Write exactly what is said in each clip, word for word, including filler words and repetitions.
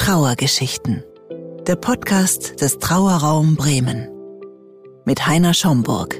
Trauergeschichten. Der Podcast des Trauerraum Bremen. Mit Heiner Schomburg.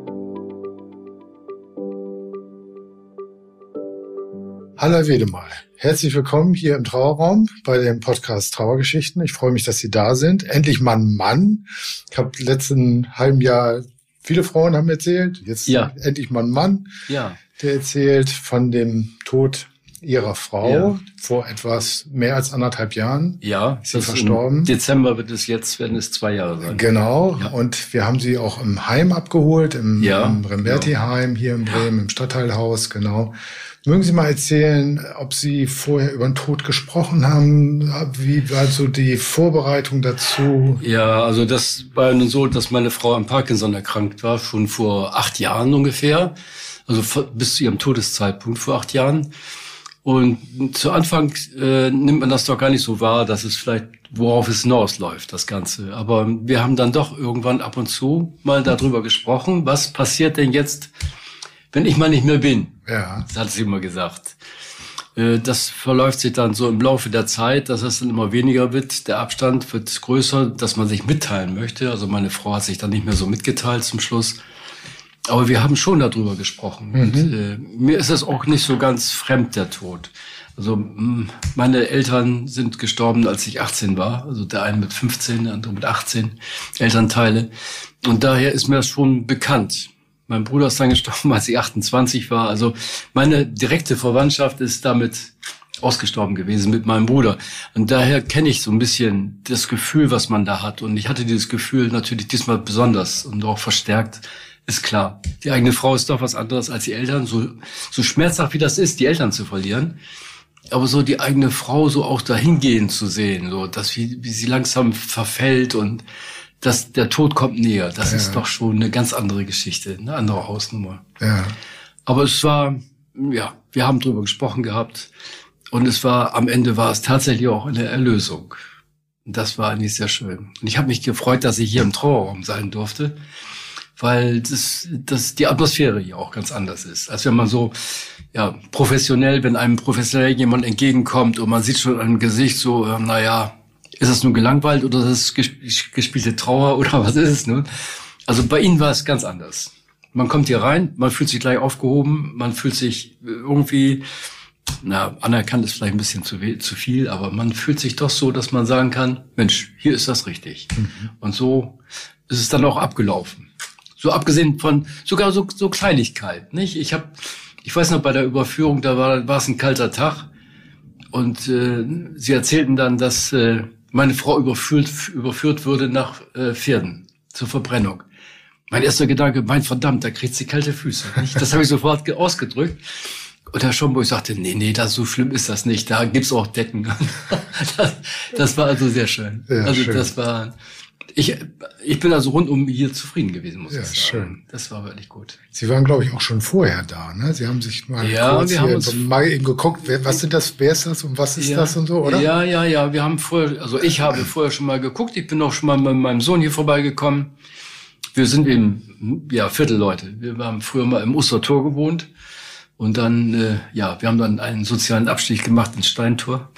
Hallo Herr Wedemal, herzlich willkommen hier im Trauerraum bei dem Podcast Trauergeschichten. Ich freue mich, dass Sie da sind. Endlich mal ein Mann. Ich habe letzten halben Jahr, viele Frauen haben erzählt, jetzt ja. endlich mal ein Mann, ja. der erzählt von dem Tod Ihrer Frau ja. vor etwas mehr als anderthalb Jahren. Ja, ist sie verstorben. Im Dezember wird es jetzt, werden es zwei Jahre sein. Genau, ja. und wir haben sie auch im Heim abgeholt, im, ja. im Remberti-Heim hier in Bremen, im Stadtteilhaus, genau. Mögen Sie mal erzählen, ob Sie vorher über den Tod gesprochen haben? Wie war so die Vorbereitung dazu? Ja, also das war nun so, dass meine Frau an Parkinson erkrankt war, schon vor acht Jahren ungefähr. Also bis zu ihrem Todeszeitpunkt vor acht Jahren. Und zu Anfang äh, nimmt man das doch gar nicht so wahr, dass es vielleicht, worauf es hinausläuft, das Ganze. Aber wir haben dann doch irgendwann ab und zu mal darüber gesprochen, was passiert denn jetzt, wenn ich mal nicht mehr bin. Ja. Das hat sie immer gesagt. Äh, das verläuft sich dann so im Laufe der Zeit, dass es dann immer weniger wird. Der Abstand wird größer, dass man sich mitteilen möchte. Also meine Frau hat sich dann nicht mehr so mitgeteilt zum Schluss. Aber wir haben schon darüber gesprochen. Mhm. Und, äh, mir ist es auch nicht so ganz fremd, der Tod. Also mh, meine Eltern sind gestorben, als ich achtzehn war. Also der eine mit fünfzehn, der andere mit achtzehn Elternteile. Und daher ist mir das schon bekannt. Mein Bruder ist dann gestorben, als ich achtundzwanzig war. Also meine direkte Verwandtschaft ist damit ausgestorben gewesen mit meinem Bruder. Und daher kenne ich so ein bisschen das Gefühl, was man da hat. Und ich hatte dieses Gefühl natürlich diesmal besonders und auch verstärkt. Ist klar, die eigene Frau ist doch was anderes als die Eltern. So, so schmerzhaft wie das ist, die Eltern zu verlieren. Aber so die eigene Frau so auch dahingehen zu sehen, so dass wie, wie sie langsam verfällt und dass der Tod kommt näher. Das ja. ist doch schon eine ganz andere Geschichte, eine andere Hausnummer. Ja. Aber es war, ja, wir haben drüber gesprochen gehabt. Und es war, am Ende war es tatsächlich auch eine Erlösung. Und das war eigentlich sehr schön. Und ich habe mich gefreut, dass ich hier im Trauerraum sein durfte. Weil das, das die Atmosphäre hier auch ganz anders ist. Als wenn man so, ja, professionell, wenn einem professionell jemand entgegenkommt und man sieht schon an dem Gesicht so, äh, naja, ist das nur gelangweilt oder ist das gespielte Trauer oder was ist es nun? Also bei Ihnen war es ganz anders. Man kommt hier rein, man fühlt sich gleich aufgehoben, man fühlt sich irgendwie, na, anerkannt ist vielleicht ein bisschen zu, zu viel, aber man fühlt sich doch so, dass man sagen kann, Mensch, hier ist das richtig. Mhm. Und so ist es dann auch abgelaufen. So abgesehen von sogar so, so Kleinigkeit, nicht? Ich habe, ich weiß noch, bei der Überführung, da war, war es ein kalter Tag und äh, sie erzählten dann, dass äh, meine Frau überführt, überführt würde nach äh, Pferden zur Verbrennung. Mein erster Gedanke, mein verdammt, da kriegt sie kalte Füße, nicht? Das habe ich sofort ausgedrückt. Und Herr Schomburg sagte, nee, nee, das, so schlimm ist das nicht, da gibt's auch Decken. das, das war also sehr schön. Ja, also schön. das war... Ich, ich bin also rundum hier zufrieden gewesen, muss ja, ich sagen. Schön. Das war wirklich gut. Sie waren, glaube ich, auch schon vorher da, ne? Sie haben sich mal ja, kurz wir hier haben uns mal eben geguckt, wer, was sind das, wer ist das und was ist ja, das und so, oder? Ja, ja, ja. Wir haben vorher, also ich habe vorher schon mal geguckt. Ich bin auch schon mal mit meinem Sohn hier vorbeigekommen. Wir sind eben, ja, Viertelleute. Wir haben früher mal im Ostertor gewohnt. Und dann, äh, ja, wir haben dann einen sozialen Abstieg gemacht ins Steintor.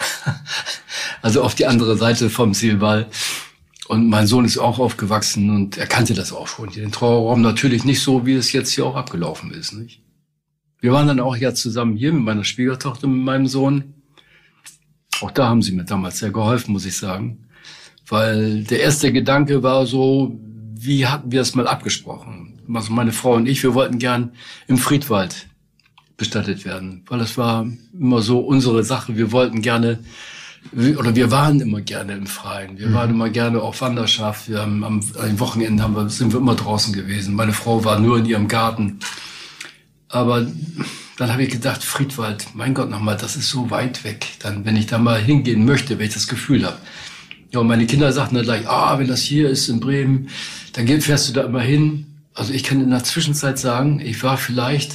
Also auf die andere Seite vom Zielwall. Und mein Sohn ist auch aufgewachsen und er kannte das auch schon. Den Trauerraum natürlich nicht so, wie es jetzt hier auch abgelaufen ist, nicht? Wir waren dann auch ja zusammen hier mit meiner Schwiegertochter und mit meinem Sohn. Auch da haben sie mir damals sehr geholfen, muss ich sagen. Weil der erste Gedanke war so, wie hatten wir es mal abgesprochen? Also meine Frau und ich, wir wollten gern im Friedwald bestattet werden. Weil das war immer so unsere Sache. Wir wollten gerne... Oder wir waren immer gerne im Freien. Wir waren immer gerne auf Wanderschaft. Wir haben am, am Wochenende haben wir, sind wir immer draußen gewesen. Meine Frau war nur in ihrem Garten. Aber dann habe ich gedacht, Friedwald, mein Gott nochmal, das ist so weit weg. Dann, wenn ich da mal hingehen möchte, wenn ich das Gefühl habe. Ja, und meine Kinder sagten dann gleich, ah, wenn das hier ist in Bremen, dann fährst du da immer hin. Also ich kann in der Zwischenzeit sagen, ich war vielleicht,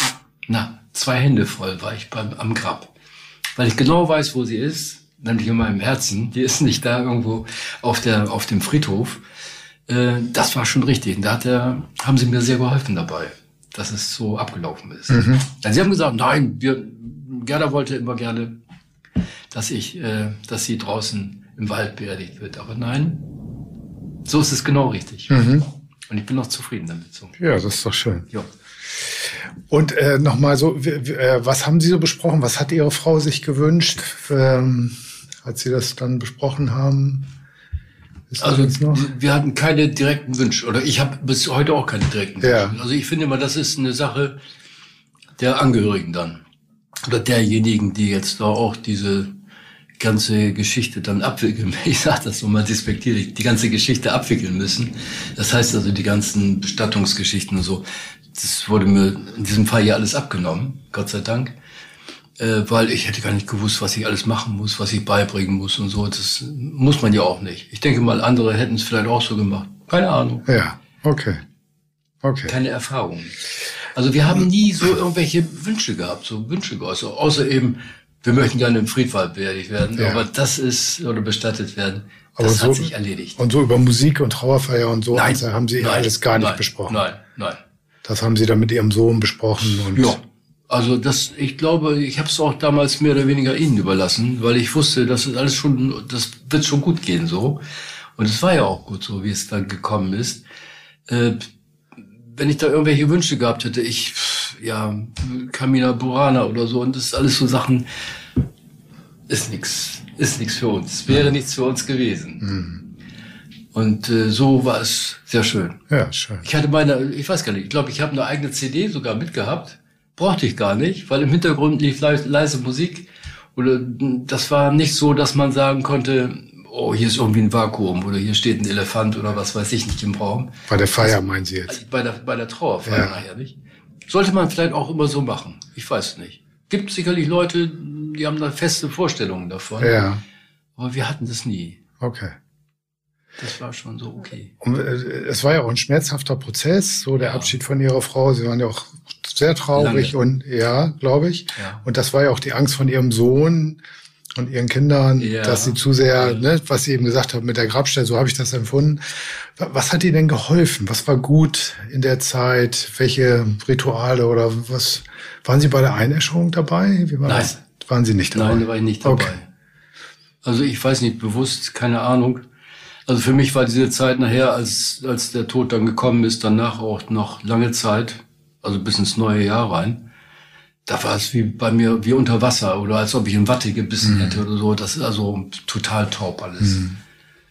na, zwei Hände voll war ich beim, am Grab. Weil ich genau weiß, wo sie ist. Nämlich in meinem Herzen, die ist nicht da irgendwo auf der auf dem Friedhof. Äh, das war schon richtig. Und da hat er, haben sie mir sehr geholfen dabei, dass es so abgelaufen ist. Mhm. Also sie haben gesagt, nein, wir, Gerda wollte immer gerne dass ich, äh, dass sie draußen im Wald beerdigt wird. Aber nein, so ist es genau richtig. Mhm. Und ich bin noch zufrieden damit. So. Ja, das ist doch schön. Ja. Und äh, nochmal so, w- w- äh, was haben Sie so besprochen? Was hat Ihre Frau sich gewünscht, ähm, als Sie das dann besprochen haben? Ist das Also jetzt noch? wir hatten keine direkten Wünsche. Oder ich habe bis heute auch keine direkten Wünsche. Ja. Also ich finde immer, das ist eine Sache der Angehörigen dann. Oder derjenigen, die jetzt da auch diese ganze Geschichte dann abwickeln. Ich sage das so mal despektierlich, die ganze Geschichte abwickeln müssen. Das heißt also die ganzen Bestattungsgeschichten und so. Das wurde mir in diesem Fall ja alles abgenommen, Gott sei Dank. Äh, weil ich hätte gar nicht gewusst, was ich alles machen muss, was ich beibringen muss und so. Das muss man ja auch nicht. Ich denke mal, andere hätten es vielleicht auch so gemacht. Keine Ahnung. Ja, okay. Okay. Keine Erfahrung. Also wir haben nie so irgendwelche Wünsche gehabt, so Wünsche geäußert. Außer eben, wir möchten gerne im Friedwald beerdigt werden. Ja. Aber das ist, oder bestattet werden, Aber das so, hat sich erledigt. Und so über Musik und Trauerfeier und so Nein, also haben Sie nein, alles gar nicht nein, besprochen. Nein, nein. Das haben Sie dann mit Ihrem Sohn besprochen. Und Ja, also das, ich glaube, ich habe es auch damals mehr oder weniger Ihnen überlassen, weil ich wusste, das ist alles schon, das wird schon gut gehen so. Und es war ja auch gut so, wie es dann gekommen ist. Äh, wenn ich da irgendwelche Wünsche gehabt hätte, ich, ja, Carmina Burana oder so, und das ist alles so Sachen, ist nix, ist nix für uns, wäre nichts für uns gewesen. Mhm. Und äh, so war es sehr schön. Ja, schön. Ich hatte meine, ich weiß gar nicht, ich glaube, ich habe eine eigene C D sogar mitgehabt. Brauchte ich gar nicht, weil im Hintergrund lief leise, leise Musik. Oder das war nicht so, dass man sagen konnte, oh, hier ist irgendwie ein Vakuum oder hier steht ein Elefant oder was weiß ich nicht im Raum. Bei der Feier meinen Sie jetzt? Bei der, bei der Trauerfeier Ja. nachher nicht. Sollte man vielleicht auch immer so machen. Ich weiß es nicht. Gibt sicherlich Leute, die haben da feste Vorstellungen davon. Ja, Aber wir hatten das nie. okay. Das war schon so okay. Und äh, es war ja auch ein schmerzhafter Prozess, so der Ja. Abschied von Ihrer Frau. Sie waren ja auch sehr traurig Lange. und ja, glaube ich. Ja. Und das war ja auch die Angst von Ihrem Sohn und Ihren Kindern, Ja. dass sie zu sehr, Ja. ne, was Sie eben gesagt haben mit der Grabstelle, so habe ich das empfunden. Wa- Was hat Ihnen denn geholfen? Was war gut in der Zeit? Welche Rituale oder was? Waren Sie bei der Einäscherung dabei? Wie war Nein. das? Waren Sie nicht dabei? Nein, da war ich nicht dabei. Okay. Also ich weiß nicht, bewusst, keine Ahnung. Also für mich war diese Zeit nachher, als, als der Tod dann gekommen ist, danach auch noch lange Zeit, also bis ins neue Jahr rein. Da war es wie bei mir, wie unter Wasser oder als ob ich in Watte gebissen Mhm. hätte oder so. Das ist also total taub alles. Mhm.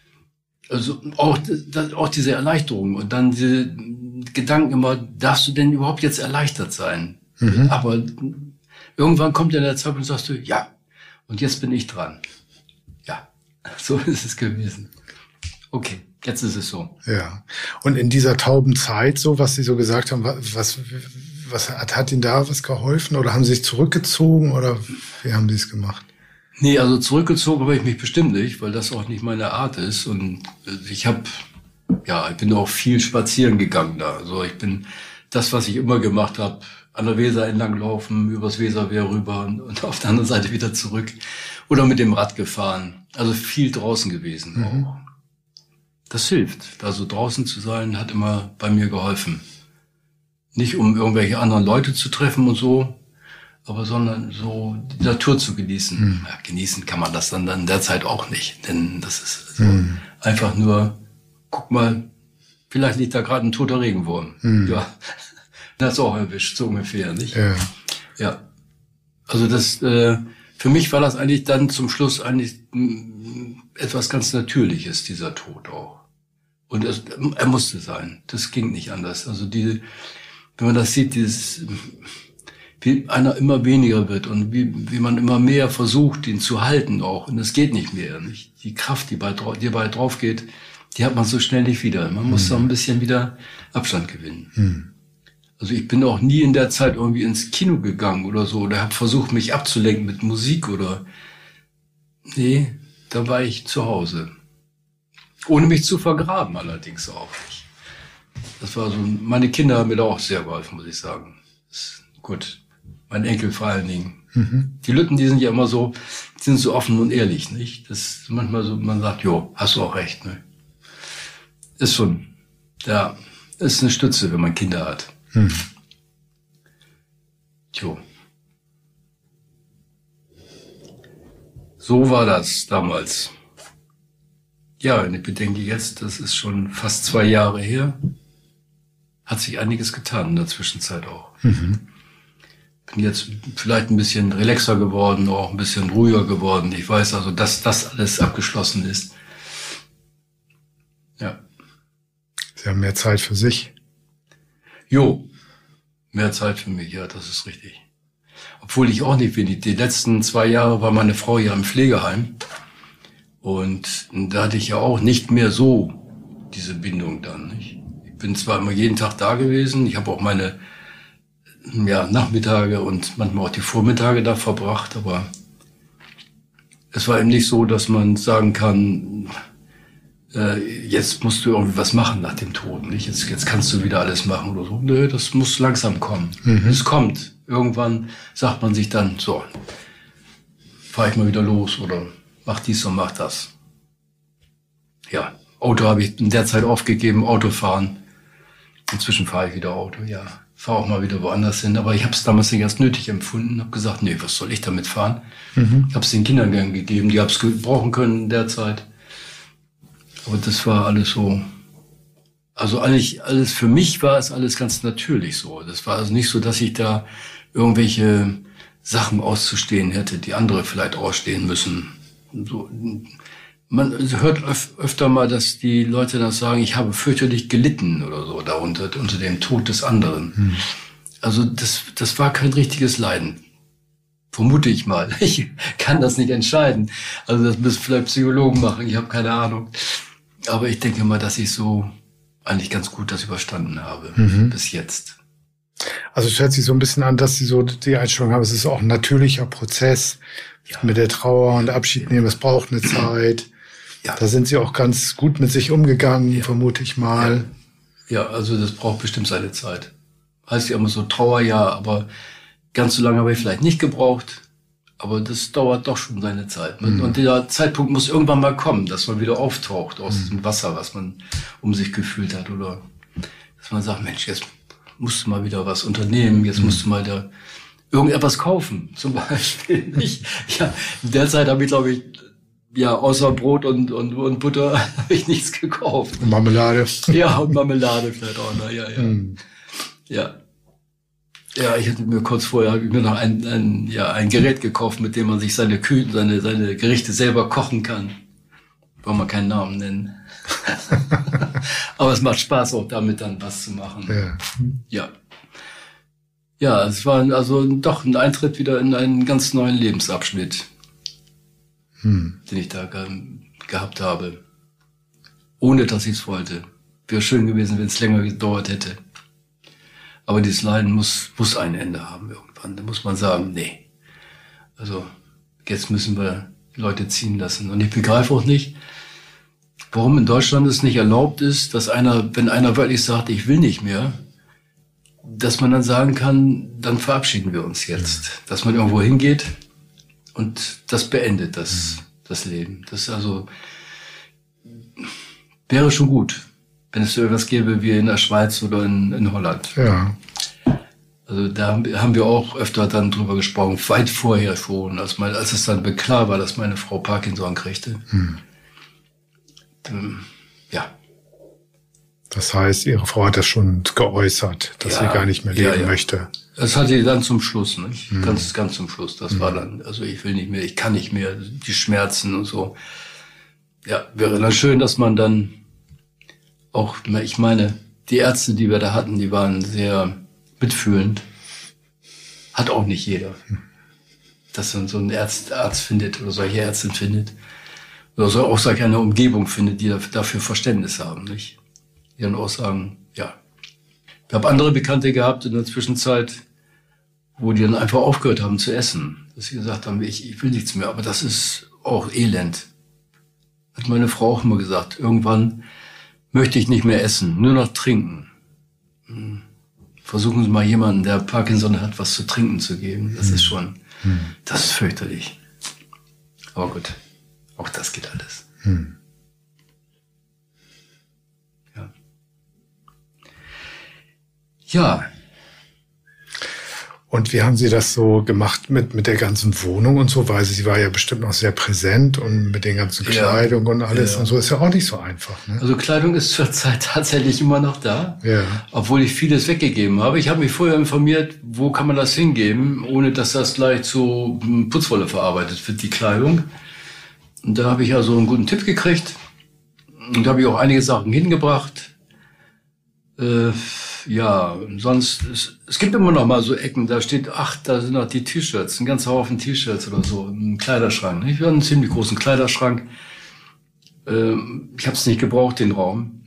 Also auch, das, auch diese Erleichterung und dann diese Gedanken immer, darfst du denn überhaupt jetzt erleichtert sein? Mhm. Aber irgendwann kommt ja der Zeitpunkt und sagst du, ja, und jetzt bin ich dran. Ja, so ist es gewesen. Okay, jetzt ist es so. Ja. Und in dieser tauben Zeit, so was Sie so gesagt haben, was, was, was hat, hat Ihnen da was geholfen oder haben Sie sich zurückgezogen oder wie haben Sie es gemacht? Nee, also zurückgezogen habe ich mich bestimmt nicht, weil das auch nicht meine Art ist. Und ich habe, ja, ich bin auch viel spazieren gegangen da. Also ich bin das, was ich immer gemacht habe, an der Weser entlanglaufen, übers Weserwehr rüber und, und auf der anderen Seite wieder zurück. Oder mit dem Rad gefahren. Also viel draußen gewesen. Mhm. Das hilft. Also draußen zu sein, hat immer bei mir geholfen. Nicht um irgendwelche anderen Leute zu treffen und so, aber sondern so die Natur zu genießen. Mhm. Ja, genießen kann man das dann, dann derzeit auch nicht, denn das ist so Mhm. einfach nur, guck mal, vielleicht liegt da gerade ein toter Regenwurm. Mhm. Ja, das ist auch erwischt, so ungefähr, nicht? Ja. Ja. Also das, äh, für mich war das eigentlich dann zum Schluss eigentlich mh, etwas ganz Natürliches, dieser Tod auch. Und es, er musste sein. Das ging nicht anders. Also die, wenn man das sieht, dieses, wie einer immer weniger wird und wie, wie man immer mehr versucht, ihn zu halten auch. Und es geht nicht mehr. Nicht? Die Kraft, die bei, die bei drauf geht, die hat man so schnell nicht wieder. Man muss Mhm. da ein bisschen wieder Abstand gewinnen. Mhm. Also ich bin auch nie in der Zeit irgendwie ins Kino gegangen oder so. Oder habe versucht, mich abzulenken mit Musik oder... Nee, da war ich zu Hause. Ohne mich zu vergraben allerdings auch nicht. Das war so, meine Kinder haben mir da auch sehr geholfen, muss ich sagen. Das ist gut. Mein Enkel vor allen Dingen. Mhm. Die Lütten, die sind ja immer so, die sind so offen und ehrlich, nicht? Das ist manchmal so, man sagt, jo, hast du auch recht, ne? Ist schon, ja, ist eine Stütze, wenn man Kinder hat. Mhm. Tjo. So war das damals. Ja, und ich bedenke jetzt, das ist schon fast zwei Jahre her. Hat sich einiges getan in der Zwischenzeit auch. Mhm. Bin jetzt vielleicht ein bisschen relaxer geworden, auch ein bisschen ruhiger geworden. Ich weiß also, dass das alles abgeschlossen ist. Ja. Sie haben mehr Zeit für sich. Jo, mehr Zeit für mich, ja, das ist richtig. Obwohl ich auch nicht wenig. Die letzten zwei Jahre war meine Frau ja im Pflegeheim. Und da hatte ich ja auch nicht mehr so diese Bindung dann, nicht? Ich bin zwar immer jeden Tag da gewesen, ich habe auch meine ja, Nachmittage und manchmal auch die Vormittage da verbracht, aber es war eben nicht so, dass man sagen kann, äh, jetzt musst du irgendwie was machen nach dem Tod, nicht? Jetzt, jetzt kannst du wieder alles machen oder so. Nö, das muss langsam kommen. Mhm. Es kommt. Irgendwann sagt man sich dann, so, fahr ich mal wieder los oder mach dies und mach das. Ja, Auto habe ich in der Zeit aufgegeben, Autofahren. Inzwischen fahre ich wieder Auto, ja. Fahre auch mal wieder woanders hin. Aber ich habe es damals nicht als nötig empfunden. Habe gesagt, nee, was soll ich damit fahren? Mhm. Ich habe es den Kindern gern gegeben, die haben es gebrauchen können in der Zeit. Aber das war alles so. Also eigentlich alles für mich war es alles ganz natürlich so. Das war also nicht so, dass ich da irgendwelche Sachen auszustehen hätte, die andere vielleicht ausstehen müssen. So, man hört öf öfter mal, dass die Leute dann sagen, ich habe fürchterlich gelitten oder so darunter, unter dem Tod des anderen. Hm. Also das, das war kein richtiges Leiden. Vermute ich mal. Ich kann das nicht entscheiden. Also das müssen vielleicht Psychologen machen, ich habe keine Ahnung. Aber ich denke mal, dass ich so eigentlich ganz gut das überstanden habe, mhm. bis jetzt. Also es hört sich so ein bisschen an, dass Sie so die Einstellung haben, es ist auch ein natürlicher Prozess, ja, mit der Trauer und Abschied nehmen, es braucht eine Zeit. Ja. Da sind Sie auch ganz gut mit sich umgegangen, ja, vermute ich mal. Ja. ja, also das braucht bestimmt seine Zeit. Heißt ja immer so Trauerjahr, aber ganz so lange habe ich vielleicht nicht gebraucht. Aber das dauert doch schon seine Zeit. Mhm. Und der Zeitpunkt muss irgendwann mal kommen, dass man wieder auftaucht aus mhm. dem Wasser, was man um sich gefühlt hat. Oder dass man sagt, Mensch, jetzt musst du mal wieder was unternehmen, jetzt mhm. musst du mal da irgendetwas kaufen, zum Beispiel. Ich, ja, in der Zeit habe ich, glaube ich, ja, außer Brot und, und, und Butter habe ich nichts gekauft. Und Marmelade. Ja, und Marmelade vielleicht auch noch, ja, ja. Mhm. Ja. Ja, ich hatte mir kurz vorher hab ich mir noch ein, ein, ja, ein Gerät gekauft, mit dem man sich seine Kühen, seine, seine Gerichte selber kochen kann. Wollen wir keinen Namen nennen. Aber es macht Spaß, auch damit dann was zu machen. Ja. Ja. Ja, es war also doch ein Eintritt wieder in einen ganz neuen Lebensabschnitt, hm. den ich da ge gehabt habe. Ohne, dass ich es wollte. Wäre schön gewesen, wenn es länger gedauert hätte. Aber dieses Leiden muss, muss ein Ende haben irgendwann. Da muss man sagen, nee. Also, jetzt müssen wir die Leute ziehen lassen. Und ich begreife auch nicht, warum in Deutschland es nicht erlaubt ist, dass einer, wenn einer wirklich sagt, ich will nicht mehr, dass man dann sagen kann, dann verabschieden wir uns jetzt. Dass man irgendwo hingeht und das beendet, das, das Leben. Das also, wäre schon gut, wenn es so etwas gäbe wie in der Schweiz oder in, in Holland. Ja. Also da haben wir auch öfter dann drüber gesprochen, weit vorher schon, als, mein, als es dann klar war, dass meine Frau Parkinson kriegte. Hm. Ähm, ja. Das heißt, Ihre Frau hat das schon geäußert, dass ja, sie gar nicht mehr leben ja, ja. möchte. Das hatte sie dann zum Schluss, nicht? Hm. Ganz, ganz zum Schluss. Das hm. war dann, also ich will nicht mehr, ich kann nicht mehr, die Schmerzen und so. Ja, wäre dann schön, dass man dann auch, ich meine, die Ärzte, die wir da hatten, die waren sehr mitfühlend. Hat auch nicht jeder. Dass man so einen Arzt, Arzt findet oder solche Ärztin findet. Oder so auch solch eine Umgebung findet, die dafür Verständnis haben, nicht? Die dann auch sagen, ja. Ich habe andere Bekannte gehabt in der Zwischenzeit, wo die dann einfach aufgehört haben zu essen. Dass sie gesagt haben, ich, ich will nichts mehr. Aber das ist auch Elend. Hat meine Frau auch immer gesagt. Irgendwann möchte ich nicht mehr essen, nur noch trinken. Hm. Versuchen Sie mal jemanden, der Parkinson hat, was zu trinken zu geben. Das hm. ist schon, hm. das ist fürchterlich. Aber gut, auch das geht alles. Hm. Ja. Ja. Und wie haben Sie das so gemacht mit mit der ganzen Wohnung und so? Weil sie war ja bestimmt noch sehr präsent und mit den ganzen Kleidung ja. und alles ja. und so ist ja auch nicht so einfach. Ne? Also Kleidung ist zurzeit tatsächlich immer noch da, ja. obwohl ich vieles weggegeben habe. Ich habe mich vorher informiert, wo kann man das hingeben, ohne dass das gleich zu Putzwolle verarbeitet wird, die Kleidung. Und da habe ich also einen guten Tipp gekriegt und da habe ich auch einige Sachen hingebracht. Äh, Ja, sonst, es, es gibt immer noch mal so Ecken, da steht, ach, da sind noch die T-Shirts, ein ganzer Haufen T-Shirts oder so, ein Kleiderschrank. Ich habe einen ziemlich großen Kleiderschrank. Ähm, ich habe es nicht gebraucht, den Raum.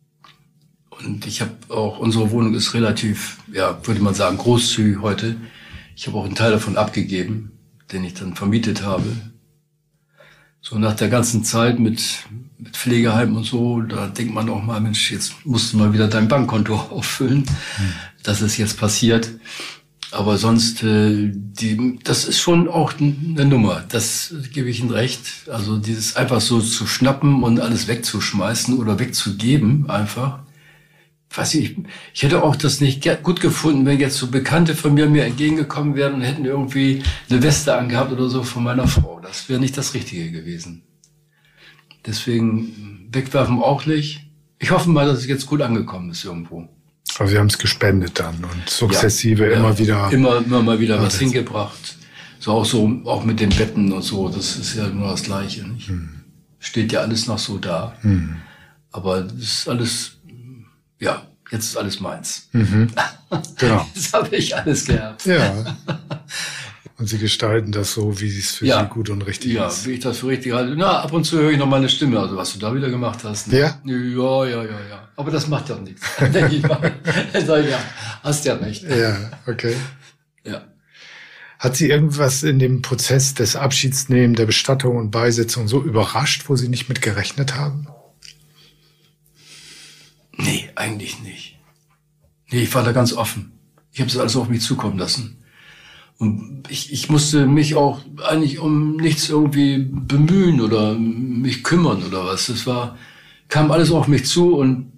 Und ich habe auch, unsere Wohnung ist relativ, ja, würde man sagen, großzügig heute. Ich habe auch einen Teil davon abgegeben, den ich dann vermietet habe. So nach der ganzen Zeit mit, mit Pflegeheim und so, da denkt man auch mal, Mensch, jetzt musst du mal wieder dein Bankkonto auffüllen. Hm. Das ist jetzt passiert. Aber sonst, äh, die, das ist schon auch eine Nummer. Das gebe ich Ihnen recht. Also dieses einfach so zu schnappen und alles wegzuschmeißen oder wegzugeben einfach. Weiß ich, ich hätte auch das nicht gut gefunden, wenn jetzt so Bekannte von mir mir entgegengekommen wären und hätten irgendwie eine Weste angehabt oder so von meiner Frau. Das wäre nicht das Richtige gewesen. Deswegen wegwerfen auch nicht. Ich hoffe mal, dass es jetzt gut angekommen ist irgendwo. Also Sie haben es gespendet dann und sukzessive ja, immer ja, wieder... Immer, immer mal wieder was hingebracht. So auch so, auch mit den Betten und so, das ist ja nur das Gleiche. Nicht? Hm. Steht ja alles noch so da. Hm. Aber das ist alles... Ja, jetzt ist alles meins. Mhm. Genau. Das habe ich alles gehabt. Ja. Und Sie gestalten das so, wie es für ja. Sie gut und richtig ja, ist. Ja, wie ich das für richtig halte. Na, ab und zu höre ich noch mal eine Stimme, also was du da wieder gemacht hast. Ne? Ja? Ja, ja, ja, ja. Aber das macht doch nichts. Denke ich mal. Dann sage ich, ja, hast ja recht. Ja, okay. Ja. Hat Sie irgendwas in dem Prozess des Abschiedsnehmen, der Bestattung und Beisetzung so überrascht, wo Sie nicht mit gerechnet haben? Nee, eigentlich nicht. Nee, ich war da ganz offen. Ich habe es alles auf mich zukommen lassen. Und ich, ich musste mich auch eigentlich um nichts irgendwie bemühen oder mich kümmern oder was. Es war, kam alles auf mich zu und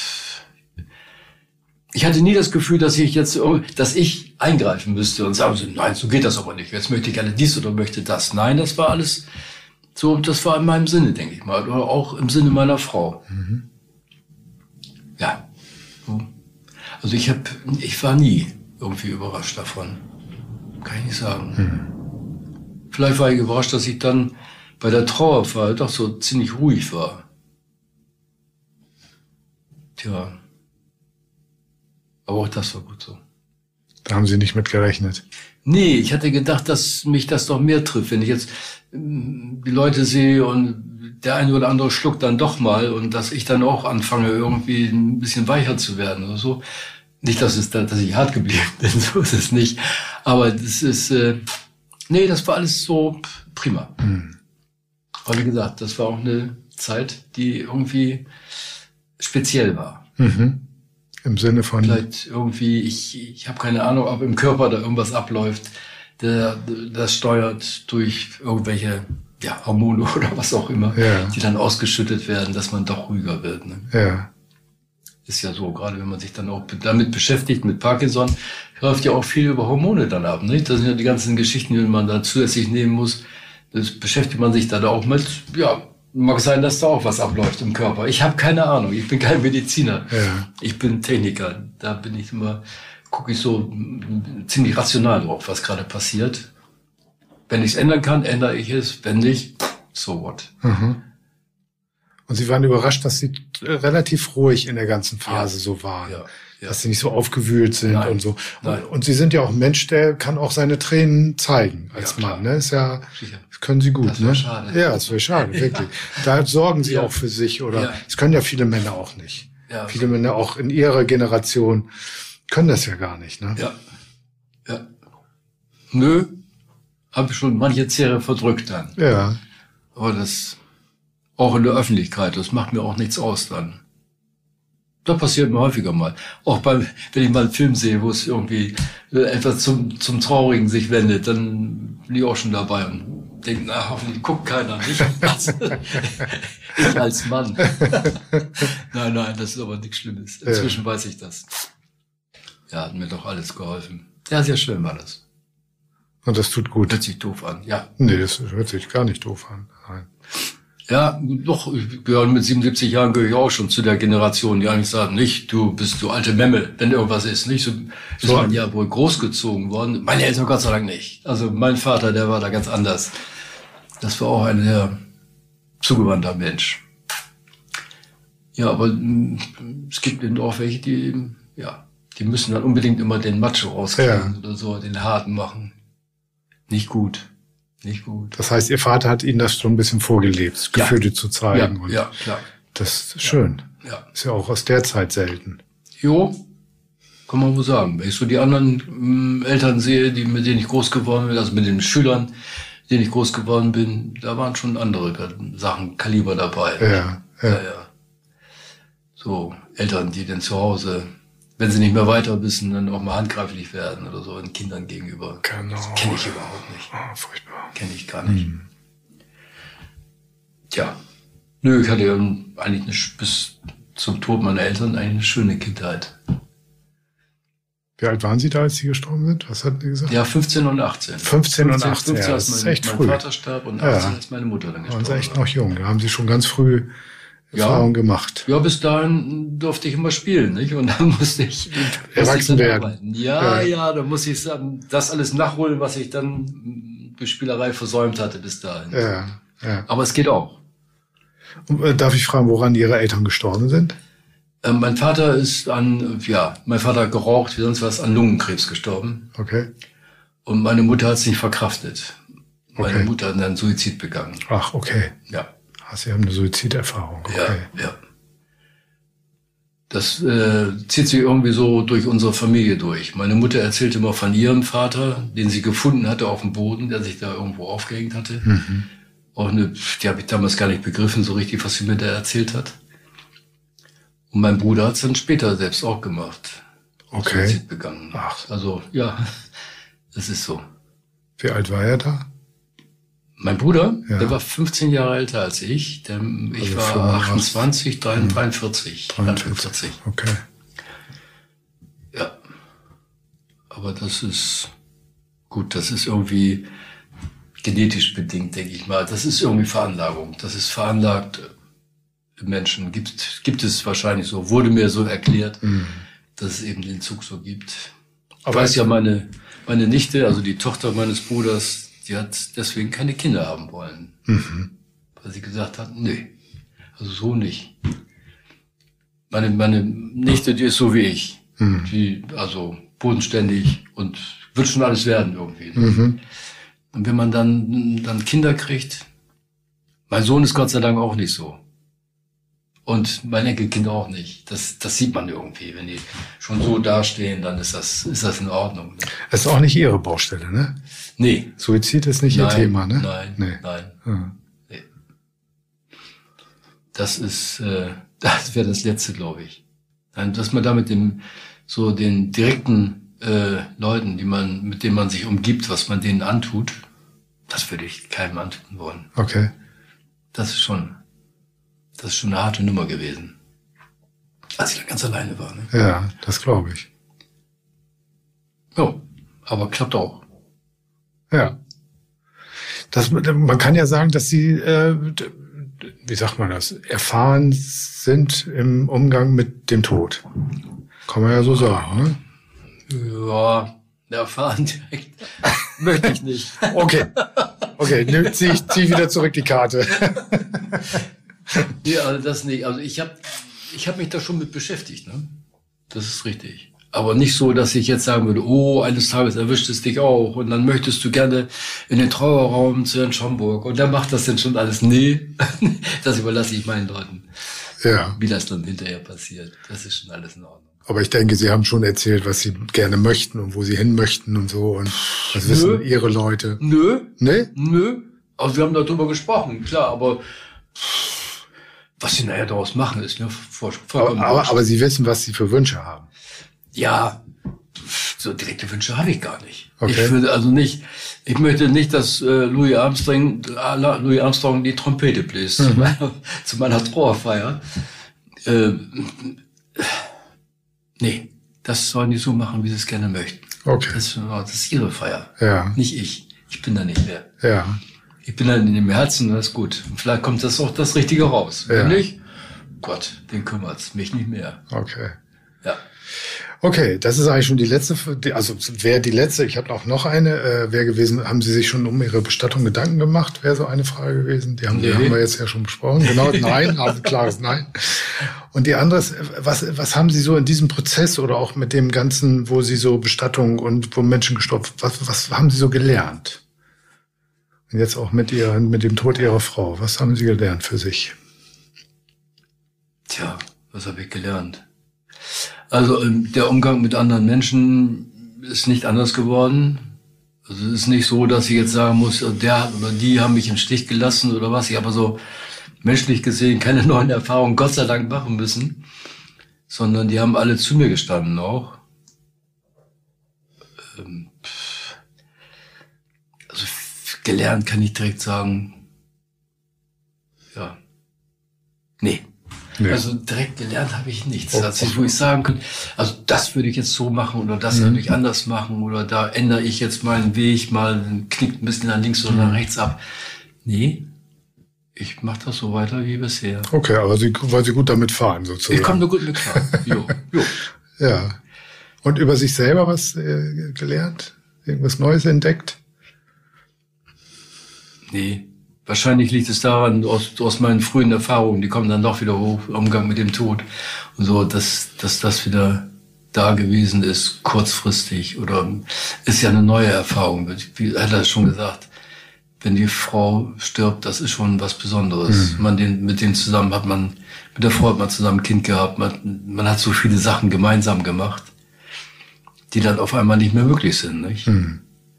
ich hatte nie das Gefühl, dass ich jetzt, dass ich eingreifen müsste und sagen so, nein, so geht das aber nicht. Jetzt möchte ich gerne dies oder möchte das. Nein, das war alles so, das war in meinem Sinne, denke ich mal. Oder auch im Sinne meiner Frau. Mhm. Ja, also ich habe, ich war nie irgendwie überrascht davon, kann ich nicht sagen. Hm. Vielleicht war ich überrascht, dass ich dann bei der Trauerfeier doch so ziemlich ruhig war. Tja, aber auch das war gut so. Da haben Sie nicht mit gerechnet? Nee, ich hatte gedacht, dass mich das doch mehr trifft, wenn ich jetzt die Leute sehe und der eine oder andere schluckt dann doch mal und dass ich dann auch anfange, irgendwie ein bisschen weicher zu werden oder so. Nicht, dass es da, dass ich hart geblieben bin, so ist es nicht. Aber das ist, äh, nee, das war alles so prima. Mhm. Aber wie gesagt, das war auch eine Zeit, die irgendwie speziell war. Mhm. Im Sinne von? Vielleicht irgendwie, ich, ich habe keine Ahnung, ob im Körper da irgendwas abläuft, der, das steuert durch irgendwelche ja, Hormone oder was auch immer, ja. die dann ausgeschüttet werden, dass man doch ruhiger wird. Ne? Ja. Ist ja so, gerade wenn man sich dann auch damit beschäftigt, mit Parkinson, läuft ja auch viel über Hormone dann ab. Nicht? Das sind ja die ganzen Geschichten, die man da zusätzlich nehmen muss. Das beschäftigt man sich da auch mit. Ja, mag sein, dass da auch was abläuft im Körper. Ich habe keine Ahnung, ich bin kein Mediziner. Ja. Ich bin Techniker. Da bin ich immer, gucke ich so ziemlich rational drauf, was gerade passiert. Wenn ich es ändern kann, ändere ich es. Wenn nicht, so what. Mhm. Und Sie waren überrascht, dass Sie relativ ruhig in der ganzen Phase ja. so waren. Ja. Ja. Dass Sie nicht so aufgewühlt sind Nein. und so. Und, und Sie sind ja auch ein Mensch, der kann auch seine Tränen zeigen als ja, Mann. Ne? Ist ja, Sicher. Das können Sie gut. Das wäre ne? schade. Ja, das wäre schade, wirklich. Da sorgen Sie ja. auch für sich. Oder ja. das können ja viele Männer auch nicht. Ja, viele so. Männer auch in ihrer Generation können das ja gar nicht. Ne? Ja. Ja. Nö. Habe ich schon manche Zähre verdrückt dann. Ja. Aber das, auch in der Öffentlichkeit, das macht mir auch nichts aus dann. Das passiert mir häufiger mal. Auch beim, wenn ich mal einen Film sehe, wo es irgendwie etwas zum, zum Traurigen sich wendet, dann bin ich auch schon dabei und denke, na, hoffentlich guckt keiner, nicht? Ich als Mann. Nein, nein, das ist aber nichts Schlimmes. Inzwischen ja. weiß ich das. Ja, hat mir doch alles geholfen. Ja, sehr schön war das. Und das tut gut. Hört sich doof an, ja. Nee, das hört sich gar nicht doof an. Nein. Ja, doch, ich gehöre mit siebenundsiebzig Jahren gehöre ich auch schon zu der Generation, die eigentlich sagen, nicht, du bist du alte Memme, wenn irgendwas ist, nicht? So ist So. man ja wohl großgezogen worden. Meine Eltern Gott sei Dank nicht. Also mein Vater, der war da ganz anders. Das war auch ein sehr zugewandter Mensch. Ja, aber mh, es gibt eben auch welche, die eben, ja, die müssen dann unbedingt immer den Macho rauskriegen Ja. oder so, den harten machen. Nicht gut. Nicht gut. Das heißt, Ihr Vater hat Ihnen das schon ein bisschen vorgelebt, Ja. Gefühle zu zeigen. Ja, und ja, klar. das ist schön. Ja. Ist ja auch aus der Zeit selten. Jo, kann man wohl sagen. Wenn ich so die anderen ähm, Eltern sehe, die, mit denen ich groß geworden bin, also mit den Schülern, mit denen ich groß geworden bin, da waren schon andere Sachen, Kaliber dabei. Ja, ja. Ja, ja. So Eltern, die dann zu Hause, wenn sie nicht mehr weiter wissen, dann auch mal handgreiflich werden oder so den Kindern gegenüber. Genau. Das kenne ich überhaupt nicht. Oh, furchtbar. Kenne ich gar nicht. Hm. Tja, nö, ich hatte ja eigentlich eine, bis zum Tod meiner Eltern eigentlich eine schöne Kindheit. Wie alt waren Sie da, als Sie gestorben sind? Was hatten Sie gesagt? Ja, fünfzehn und achtzehn. fünfzehn und achtzehn, ja, als das ist mein, echt mein früh. Vater starb und Ja. achtzehn als meine Mutter dann Da waren gestorben Sie echt war. noch jung. Da haben Sie schon ganz früh Ja. Erfahrungen gemacht. Ja, bis dahin durfte ich immer spielen, nicht? Und dann musste ich, musste Erwachsen ich dann werden. arbeiten. Ja, Ja. ja, da muss ich sagen, das alles nachholen, was ich dann mm, durch Spielerei versäumt hatte bis dahin. Ja, ja. Aber es geht auch. Und, äh, darf ich fragen, woran Ihre Eltern gestorben sind? Ähm, mein Vater ist an, ja, mein Vater hat geraucht, wie sonst was, an Lungenkrebs gestorben. Okay. Und meine Mutter hat es nicht verkraftet. Meine Okay. Mutter hat dann Suizid begangen. Ach, okay. Ja. Ah, Sie haben eine Suiziderfahrung. Okay. Ja, ja. Das äh, zieht sich irgendwie so durch unsere Familie durch. Meine Mutter erzählte immer von ihrem Vater, den sie gefunden hatte auf dem Boden, der sich da irgendwo aufgehängt hatte. Mhm. Auch eine, die habe ich damals gar nicht begriffen, so richtig, was sie mir da erzählt hat. Und mein Bruder hat es dann später selbst auch gemacht. Okay. Suizid begangen. Ach. Also, ja, das ist so. Wie alt war er da? Mein Bruder, Ja. der war fünfzehn Jahre älter als ich. Der, ich Also war fünfundachtzig. achtundzwanzig, dreiundvierzig, dreiundvierzig. Okay. Ja. Aber das ist, gut, das ist irgendwie genetisch bedingt, denke ich mal. Das ist irgendwie Veranlagung. Das ist veranlagt im Menschen. Gibt, gibt es wahrscheinlich so. Wurde mir so erklärt, Mhm. dass es eben den Zug so gibt. Aber Ich weiß es- ja, meine, meine Nichte, also die Tochter meines Bruders, die hat deswegen keine Kinder haben wollen. Mhm. Weil sie gesagt hat, nee, also so nicht. Meine, meine Nichte, die ist so wie ich. Mhm. Die, also bodenständig und wird schon alles werden irgendwie. Mhm. Und wenn man dann, dann Kinder kriegt, mein Sohn ist Gott sei Dank auch nicht so. Und mein Enkelkind auch nicht. Das, das sieht man irgendwie. Wenn die schon so dastehen, dann ist das, ist das in Ordnung. Das ist auch nicht Ihre Baustelle, ne? Nee. Suizid ist nicht Ihr Nein, Thema, ne? Nein, Nee. nein. Ja. Nee. Das ist, äh, das wäre das Letzte, glaube ich. Nein, dass man da mit dem, so den direkten äh, Leuten, die man, mit denen man sich umgibt, was man denen antut, das würde ich keinem antun wollen. Okay. Das ist schon, das ist schon eine harte Nummer gewesen. Als ich da ganz alleine war, ne? Ja, das glaube ich. Ja, aber klappt auch. Ja. Das, man kann ja sagen, dass Sie, äh, d- d- wie sagt man das, erfahren sind im Umgang mit dem Tod. Kann man ja so sagen, ne? Ja, erfahren direkt möchte ich nicht. Okay. Okay, nimm, zieh, ich zieh wieder zurück die Karte. Nee, also das nicht. Also ich habe ich hab mich da schon mit beschäftigt, ne? Das ist richtig. Aber nicht so, dass ich jetzt sagen würde, oh, eines Tages erwischt es dich auch und dann möchtest du gerne in den Trauerraum zu Herrn Schomburg und der macht das denn schon alles. Nee, das überlasse ich meinen Leuten. Ja. Wie das dann hinterher passiert, das ist schon alles in Ordnung. Aber ich denke, Sie haben schon erzählt, was Sie gerne möchten und wo Sie hin möchten und so. Und das Nö. wissen Ihre Leute. Nö, Ne? nö. Also wir haben darüber gesprochen, klar, aber was sie nachher daraus machen, ist mir voll- vollkommen Aber, aber, wurscht. aber Sie wissen, was Sie für Wünsche haben. Ja, so direkte Wünsche habe ich gar nicht. Okay. Ich würde also nicht, ich möchte nicht, dass äh, Louis Armstrong, äh, Louis Armstrong die Trompete bläst Mhm. zu, meiner, zu meiner Trauerfeier. Äh, nee, das sollen die so machen, wie sie es gerne möchten. Okay. Das, das ist ihre Feier. Ja. Nicht ich. Ich bin da nicht mehr. Ja. Ich bin dann in dem Herzen, das ist gut. Und vielleicht kommt das auch das Richtige raus. Ja. Wenn nicht, Gott, den kümmert's. Mich nicht mehr. Okay. Ja. Okay, das ist eigentlich schon die letzte, also wäre die letzte, ich habe auch noch eine, äh, wäre gewesen, haben Sie sich schon um Ihre Bestattung Gedanken gemacht, wäre so eine Frage gewesen. Die haben, Nee. die haben wir jetzt ja schon besprochen. Genau, nein, also klares Nein. Und die andere ist, was, was haben Sie so in diesem Prozess oder auch mit dem Ganzen, wo Sie so Bestattung und wo Menschen gestorben, was, was haben Sie so gelernt? Und jetzt auch mit ihr, mit dem Tod Ihrer Frau, was haben Sie gelernt für sich? Tja, was habe ich gelernt? Also der Umgang mit anderen Menschen ist nicht anders geworden. Also es ist nicht so, dass ich jetzt sagen muss, der oder die haben mich im Stich gelassen oder was. Ich habe so menschlich gesehen keine neuen Erfahrungen, Gott sei Dank, machen müssen, sondern die haben alle zu mir gestanden auch. Ähm, also gelernt kann ich direkt sagen, ja, nee. Nee. Also direkt gelernt habe ich nichts. Oh, also, wo ich sagen könnte, also das würde ich jetzt so machen oder das mhm. würde ich anders machen oder da ändere ich jetzt meinen Weg mal, knickt ein bisschen nach links oder nach mhm. rechts ab. Nee, ich mache das so weiter wie bisher. Okay, aber Sie, weil Sie gut damit fahren sozusagen. Ich komme nur gut mit klar. Jo, jo. Ja. Und über sich selber was äh, gelernt? Irgendwas Neues entdeckt? Nee. Wahrscheinlich liegt es daran, aus, aus meinen frühen Erfahrungen, die kommen dann doch wieder hoch, Umgang mit dem Tod und so, dass, dass das wieder da gewesen ist, kurzfristig oder ist ja eine neue Erfahrung. Wie hat er schon gesagt, wenn die Frau stirbt, das ist schon was Besonderes. Mhm. Man den, mit denen zusammen hat man, mit der Frau hat man zusammen ein Kind gehabt, man, man hat so viele Sachen gemeinsam gemacht, die dann auf einmal nicht mehr möglich sind, nicht? Mhm.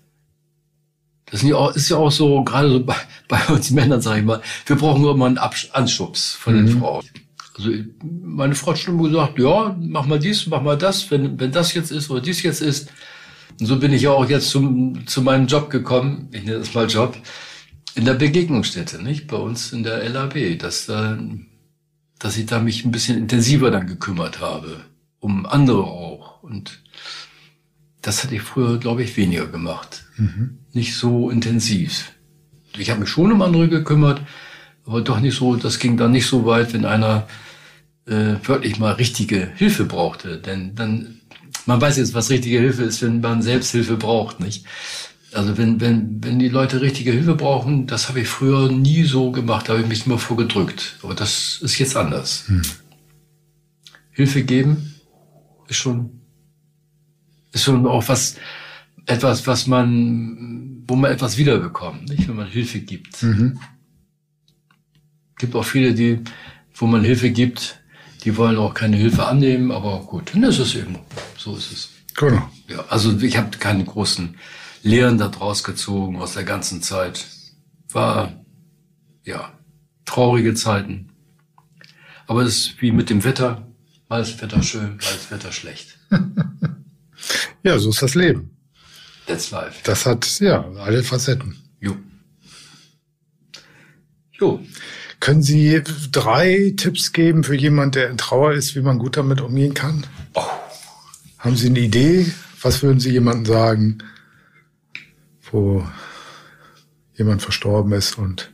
Das ist ja auch so, gerade so bei, bei uns Männern, sage ich mal, wir brauchen nur immer einen Anschubs von den mhm. Frauen. Also meine Frau hat schon gesagt, ja, mach mal dies, mach mal das, wenn wenn das jetzt ist oder dies jetzt ist. Und so bin ich ja auch jetzt zum zu meinem Job gekommen, ich nenne das mal Job, in der Begegnungsstätte, nicht? Bei uns in der L A B, dass, da, dass ich da mich ein bisschen intensiver dann gekümmert habe, um andere auch. Und das hatte ich früher, glaube ich, weniger gemacht. Mhm. Nicht so intensiv. Ich habe mich schon um andere gekümmert, aber doch nicht so, das ging dann nicht so weit, wenn einer äh, wirklich mal richtige Hilfe brauchte. Denn dann, man weiß jetzt, was richtige Hilfe ist, wenn man Selbsthilfe braucht, nicht? Also wenn wenn wenn die Leute richtige Hilfe brauchen, das habe ich früher nie so gemacht, da habe ich mich immer vorgedrückt. Aber das ist jetzt anders. Hm. Hilfe geben ist schon ist schon auch was, etwas, was man, wo man etwas wiederbekommt, nicht, wenn man Hilfe gibt. Mhm. Gibt auch viele, die, wo man Hilfe gibt, die wollen auch keine Hilfe annehmen, aber gut, dann ist es eben, so ist es. Genau. Ja, also ich habe keine großen Lehren da draus gezogen aus der ganzen Zeit. War, ja, traurige Zeiten. Aber es ist wie mit dem Wetter, mal ist Wetter schön, mal ist Wetter schlecht. Ja, so ist das Leben. That's life. Das hat, ja, alle Facetten. Jo. Jo. Können Sie drei Tipps geben für jemanden, der in Trauer ist, wie man gut damit umgehen kann? Oh. Haben Sie eine Idee? Was würden Sie jemandem sagen, wo jemand verstorben ist und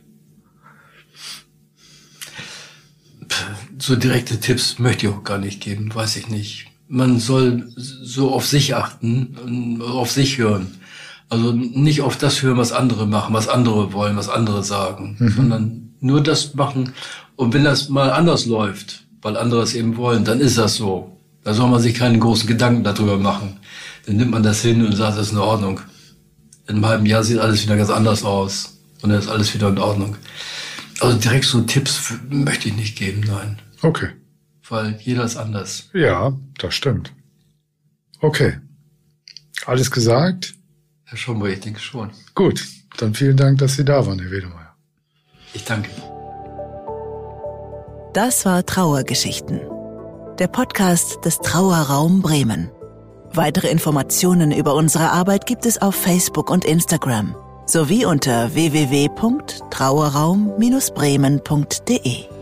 so direkte Tipps möchte ich auch gar nicht geben, weiß ich nicht. Man soll so auf sich achten, auf sich hören. Also nicht auf das hören, was andere machen, was andere wollen, was andere sagen, mhm. sondern nur das machen. Und wenn das mal anders läuft, weil andere es eben wollen, dann ist das so. Da soll man sich keine großen Gedanken darüber machen. Dann nimmt man das hin und sagt, das ist in Ordnung. In einem halben Jahr sieht alles wieder ganz anders aus. Und dann ist alles wieder in Ordnung. Also direkt so Tipps möchte ich nicht geben, nein. Okay. Weil jeder ist anders. Ja, das stimmt. Okay. Alles gesagt? Herr Schomburg, ich denke schon. Gut, dann vielen Dank, dass Sie da waren, Herr Wedemeyer. Ich danke. Das war Trauergeschichten. Der Podcast des Trauerraum Bremen. Weitere Informationen über unsere Arbeit gibt es auf Facebook und Instagram sowie unter w w w punkt trauerraum Bindestrich bremen punkt d e.